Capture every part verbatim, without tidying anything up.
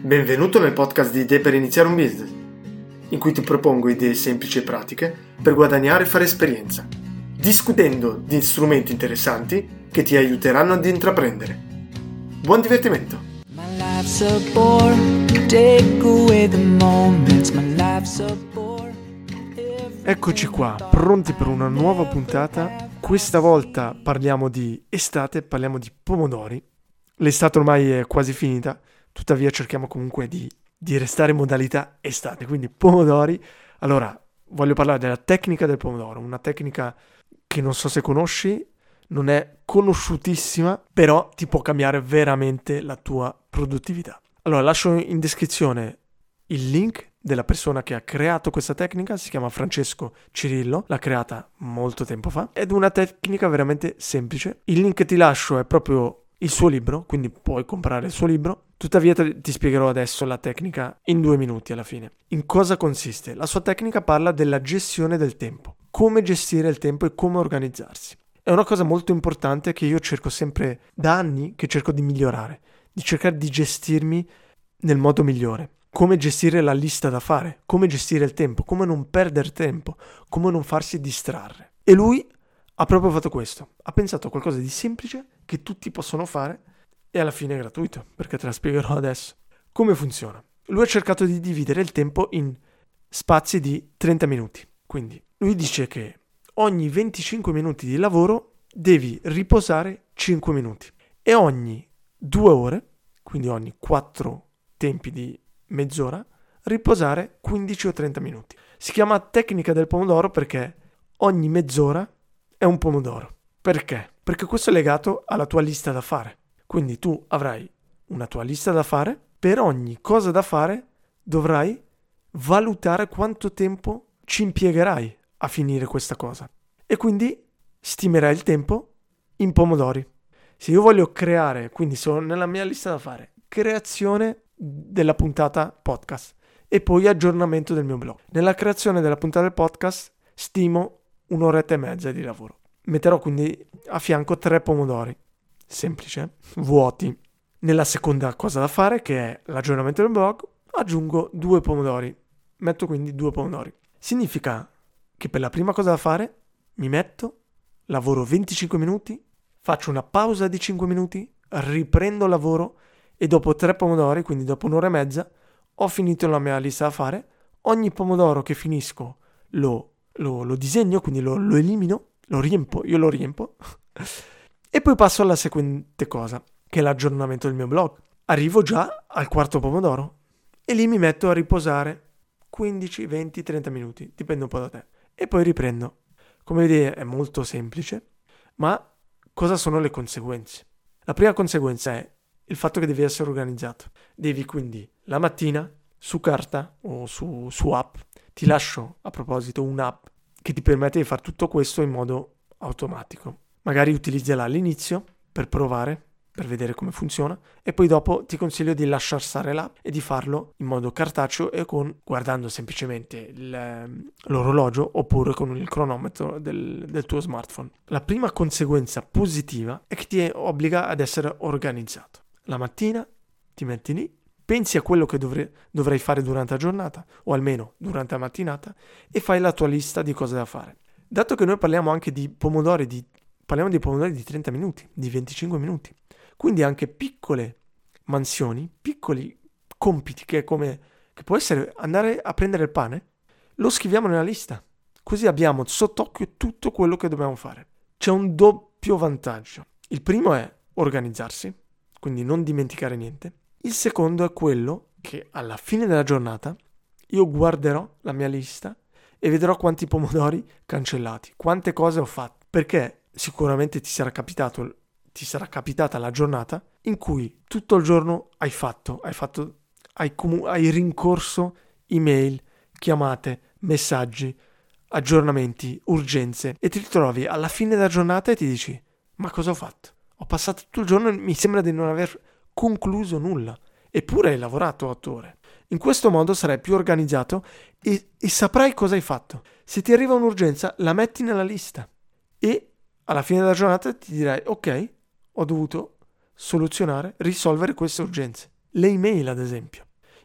Benvenuto nel podcast di Idee per iniziare un business, in cui ti propongo idee semplici e pratiche per guadagnare e fare esperienza, discutendo di strumenti interessanti che ti aiuteranno ad intraprendere. Buon divertimento! Eccoci qua, pronti per una nuova puntata. Questa volta parliamo di estate, parliamo di pomodori. L'estate ormai è quasi finita, tuttavia cerchiamo comunque di, di restare in modalità estate, quindi pomodori. Allora, voglio parlare della tecnica del pomodoro, una tecnica che non so se conosci, non è conosciutissima, però ti può cambiare veramente la tua produttività. Allora, lascio in descrizione il link della persona che ha creato questa tecnica, si chiama Francesco Cirillo, l'ha creata molto tempo fa, ed è una tecnica veramente semplice. Il link che ti lascio è proprio il suo libro, quindi puoi comprare il suo libro. Tuttavia ti spiegherò adesso la tecnica in due minuti alla fine. In cosa consiste? La sua tecnica parla della gestione del tempo, come gestire il tempo e come organizzarsi. È una cosa molto importante che io cerco sempre da anni, che cerco di migliorare, di cercare di gestirmi nel modo migliore. Come gestire la lista da fare, come gestire il tempo, come non perdere tempo, come non farsi distrarre. E lui ha proprio fatto questo, ha pensato a qualcosa di semplice che tutti possono fare e alla fine è gratuito, perché te la spiegherò adesso. Come funziona? Lui ha cercato di dividere il tempo in spazi di trenta minuti. Quindi lui dice che ogni venticinque minuti di lavoro devi riposare cinque minuti e ogni due ore, quindi ogni quattro tempi di mezz'ora, riposare quindici o trenta minuti. Si chiama tecnica del pomodoro perché ogni mezz'ora è un pomodoro. Perché? Perché questo è legato alla tua lista da fare. Quindi tu avrai una tua lista da fare, per ogni cosa da fare dovrai valutare quanto tempo ci impiegherai a finire questa cosa. E quindi stimerai il tempo in pomodori. Se io voglio creare, quindi sono nella mia lista da fare, creazione della puntata podcast e poi aggiornamento del mio blog. Nella creazione della puntata del podcast stimo un'oretta e mezza di lavoro. Metterò quindi a fianco tre pomodori, semplice, vuoti. Nella seconda cosa da fare, che è l'aggiornamento del blog, aggiungo due pomodori. Metto quindi due pomodori. Significa che per la prima cosa da fare mi metto, lavoro venticinque minuti, faccio una pausa di cinque minuti, riprendo il lavoro e dopo tre pomodori, quindi dopo un'ora e mezza, ho finito la mia lista da fare. Ogni pomodoro che finisco lo, lo, lo disegno, quindi lo, lo elimino, lo riempo, io lo riempo e poi passo alla seguente cosa, che è l'aggiornamento del mio blog. Arrivo già al quarto pomodoro e lì mi metto a riposare quindici, venti, trenta minuti, dipende un po' da te, e poi riprendo. Come vedi è molto semplice, ma cosa sono le conseguenze? La prima conseguenza è il fatto che devi essere organizzato. Devi quindi la mattina su carta o su, su app, ti lascio a proposito un'app che ti permette di fare tutto questo in modo automatico. Magari utilizzala all'inizio per provare, per vedere come funziona, e poi dopo ti consiglio di lasciar stare l'app e di farlo in modo cartaceo e con guardando semplicemente il, l'orologio oppure con il cronometro del, del tuo smartphone. La prima conseguenza positiva è che ti obbliga ad essere organizzato. La mattina ti metti lì, pensi a quello che dovrai, dovrai fare durante la giornata, o almeno durante la mattinata, e fai la tua lista di cose da fare. Dato che noi parliamo anche di pomodori, di, parliamo di pomodori di trenta minuti, di venticinque minuti, quindi anche piccole mansioni, piccoli compiti, che, è come, che può essere andare a prendere il pane, lo scriviamo nella lista. Così abbiamo sott'occhio tutto quello che dobbiamo fare. C'è un doppio vantaggio. Il primo è organizzarsi, quindi non dimenticare niente. Il secondo è quello che alla fine della giornata io guarderò la mia lista e vedrò quanti pomodori cancellati, quante cose ho fatto, perché sicuramente ti sarà capitato, ti sarà capitata la giornata in cui tutto il giorno hai fatto, hai fatto, hai, comu- hai rincorso email, chiamate, messaggi, aggiornamenti, urgenze e ti ritrovi alla fine della giornata e ti dici: ma cosa ho fatto? Ho passato tutto il giorno e mi sembra di non aver concluso nulla, eppure hai lavorato otto ore. In questo modo sarai più organizzato e, e saprai cosa hai fatto. Se ti arriva un'urgenza, la metti nella lista e alla fine della giornata ti dirai: ok, ho dovuto soluzionare, risolvere queste urgenze. Le email, ad esempio.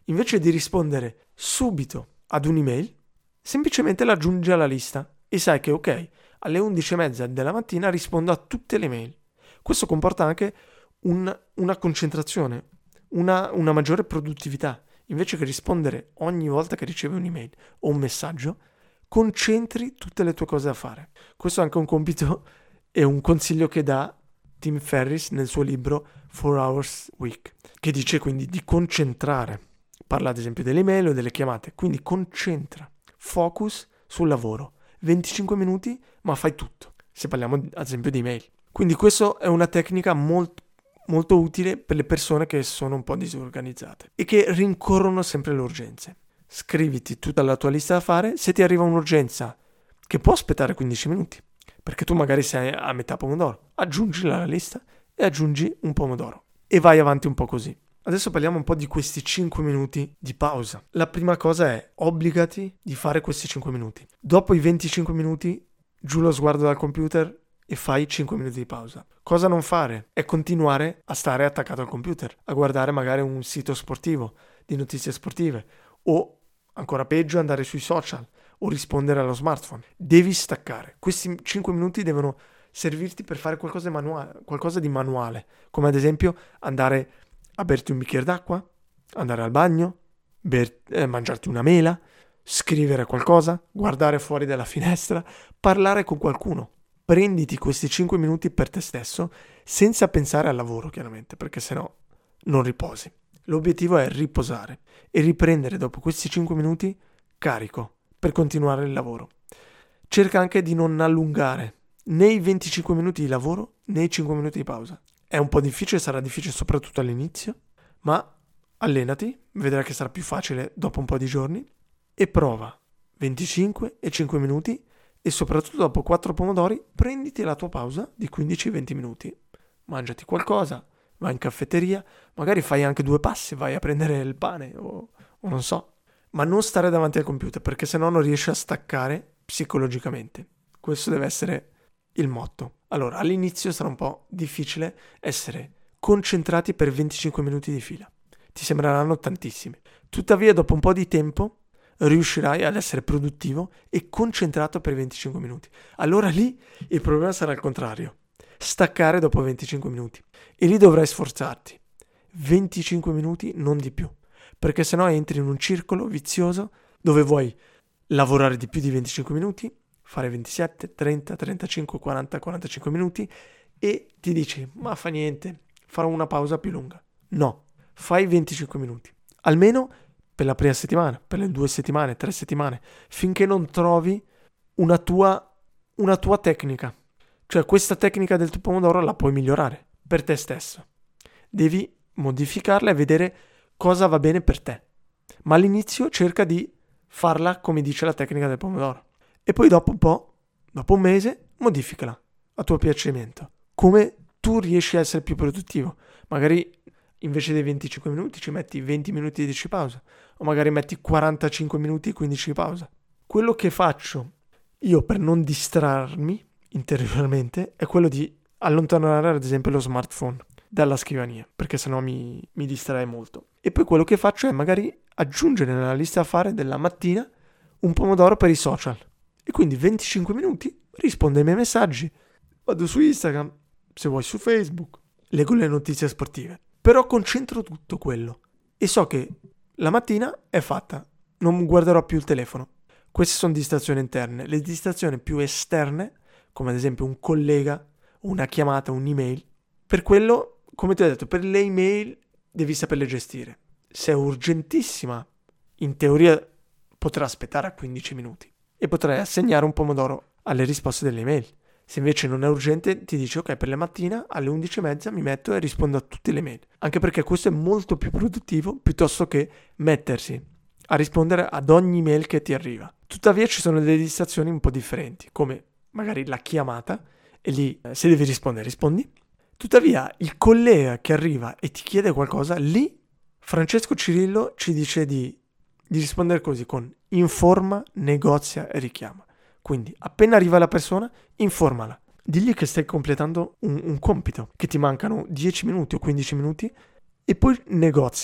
invece di rispondere subito ad un'email, semplicemente la aggiungi alla lista e sai che ok, alle undici e mezza della mattina rispondo a tutte le mail. Questo comporta anche un, una concentrazione, una, una maggiore produttività. Invece che rispondere ogni volta che ricevi un'email o un messaggio, concentri tutte le tue cose da fare. Questo è anche un compito e un consiglio che dà Tim Ferriss nel suo libro four hours week, che dice quindi di concentrare. Parla ad esempio delle email o delle chiamate, quindi concentra, focus sul lavoro. venticinque minuti, ma fai tutto. Se parliamo ad esempio di email. Quindi questa è una tecnica molto molto utile per le persone che sono un po' disorganizzate e che rincorrono sempre le urgenze. Scriviti tutta la tua lista da fare. Se ti arriva un'urgenza che può aspettare quindici minuti, perché tu magari sei a metà pomodoro, aggiungila alla lista e aggiungi un pomodoro e vai avanti un po' così. Adesso parliamo un po' di questi cinque minuti di pausa. La prima cosa è obbligati di fare questi cinque minuti. Dopo i venticinque minuti, giù lo sguardo dal computer e fai cinque minuti di pausa. Cosa non fare? È continuare a stare attaccato al computer, a guardare magari un sito sportivo, di notizie sportive, o ancora peggio andare sui social o rispondere allo smartphone. Devi staccare. Questi cinque minuti devono servirti per fare qualcosa di manuale, qualcosa di manuale, come ad esempio andare a berti un bicchiere d'acqua, andare al bagno, ber- eh, mangiarti una mela, scrivere qualcosa, guardare fuori dalla finestra, parlare con qualcuno. Prenditi questi cinque minuti per te stesso, senza pensare al lavoro chiaramente, perché sennò non riposi. L'obiettivo è riposare e riprendere dopo questi cinque minuti carico per continuare il lavoro. Cerca anche di non allungare né i venticinque minuti di lavoro né i cinque minuti di pausa. È un po' difficile, sarà difficile soprattutto all'inizio, ma allenati, vedrai che sarà più facile dopo un po' di giorni e prova venticinque e cinque minuti. E soprattutto dopo quattro pomodori prenditi la tua pausa di quindici venti minuti. Mangiati qualcosa, vai in caffetteria, magari fai anche due passi, vai a prendere il pane o, o non so. Ma non stare davanti al computer, perché sennò non riesci a staccare psicologicamente. Questo deve essere il motto. Allora, all'inizio sarà un po' difficile essere concentrati per venticinque minuti di fila. Ti sembreranno tantissimi. Tuttavia, dopo un po' di tempo, riuscirai ad essere produttivo e concentrato per venticinque minuti. Allora lì il problema sarà il contrario. Staccare dopo venticinque minuti. E lì dovrai sforzarti. venticinque minuti, non di più. Perché sennò entri in un circolo vizioso dove vuoi lavorare di più di venticinque minuti, fare ventisette, trenta, trentacinque, quaranta, quarantacinque minuti e ti dici, ma fa niente, farò una pausa più lunga. No, fai venticinque minuti. Almeno per la prima settimana, per le due settimane, tre settimane, finché non trovi una tua, una tua tecnica. Cioè questa tecnica del tuo pomodoro la puoi migliorare per te stesso. Devi modificarla e vedere cosa va bene per te. Ma all'inizio cerca di farla come dice la tecnica del pomodoro. E poi dopo un po', dopo un mese, modificala a tuo piacimento. Come tu riesci a essere più produttivo. Magari invece dei venticinque minuti ci metti venti minuti di dieci pausa. O magari metti quarantacinque minuti e quindici di pausa. Quello che faccio io per non distrarmi interiormente è quello di allontanare ad esempio lo smartphone dalla scrivania, perché sennò mi, mi distrae molto. E poi quello che faccio è magari aggiungere nella lista da fare della mattina un pomodoro per i social. E quindi venticinque minuti, rispondo ai miei messaggi, vado su Instagram, se vuoi su Facebook, leggo le notizie sportive. Però concentro tutto quello e so che la mattina è fatta, non guarderò più il telefono. Queste sono distrazioni interne. Le distrazioni più esterne, come ad esempio un collega, una chiamata, un'email, per quello, come ti ho detto, per le email devi saperle gestire. Se è urgentissima, in teoria potrà aspettare a quindici minuti e potrai assegnare un pomodoro alle risposte delle email. Se invece non è urgente, ti dici ok, per la mattina alle undici e mezza mi metto e rispondo a tutte le mail. Anche perché questo è molto più produttivo piuttosto che mettersi a rispondere ad ogni mail che ti arriva. Tuttavia ci sono delle distrazioni un po' differenti, come magari la chiamata, e lì eh, se devi rispondere, rispondi. Tuttavia il collega che arriva e ti chiede qualcosa, lì Francesco Cirillo ci dice di, di rispondere così, con informa, negozia e richiama. Quindi appena arriva la persona, informala. Digli che stai completando un, un compito, che ti mancano dieci minuti o quindici minuti e poi negozia.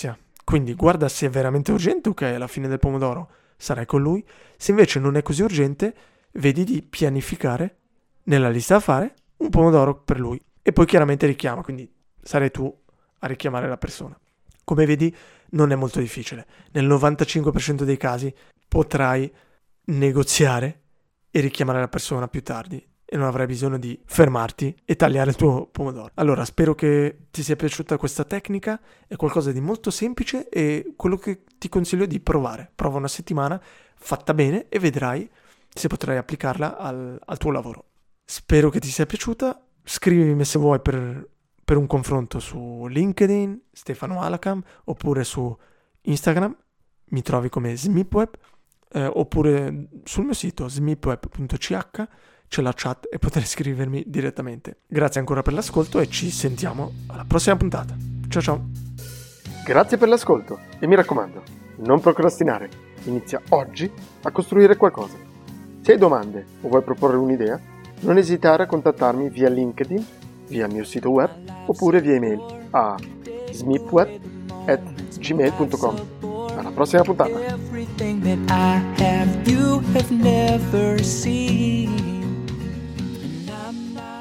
Quindi guarda se è veramente urgente, ok, alla fine del pomodoro sarai con lui. Se invece non è così urgente, vedi di pianificare nella lista da fare un pomodoro per lui. E poi chiaramente richiama, quindi sarai tu a richiamare la persona. Come vedi non è molto difficile. Nel novantacinque per cento dei casi potrai negoziare e richiamare la persona più tardi e non avrai bisogno di fermarti e tagliare il tuo pomodoro. Allora, spero che ti sia piaciuta questa tecnica, è qualcosa di molto semplice e quello che ti consiglio è di provare. Prova una settimana fatta bene e vedrai se potrai applicarla al, al tuo lavoro. Spero che ti sia piaciuta, scrivimi se vuoi per, per un confronto su LinkedIn, Stefano Alacam, oppure su Instagram, mi trovi come smipweb, eh, oppure sul mio sito smipweb punto c h c'è la chat e potrai scrivermi direttamente. Grazie ancora per l'ascolto e ci sentiamo alla prossima puntata. Ciao ciao! Grazie per l'ascolto e mi raccomando, non procrastinare, inizia oggi a costruire qualcosa. Se hai domande o vuoi proporre un'idea, non esitare a contattarmi via LinkedIn, via il mio sito web oppure via email a smipweb at gmail punto com. Alla prossima puntata!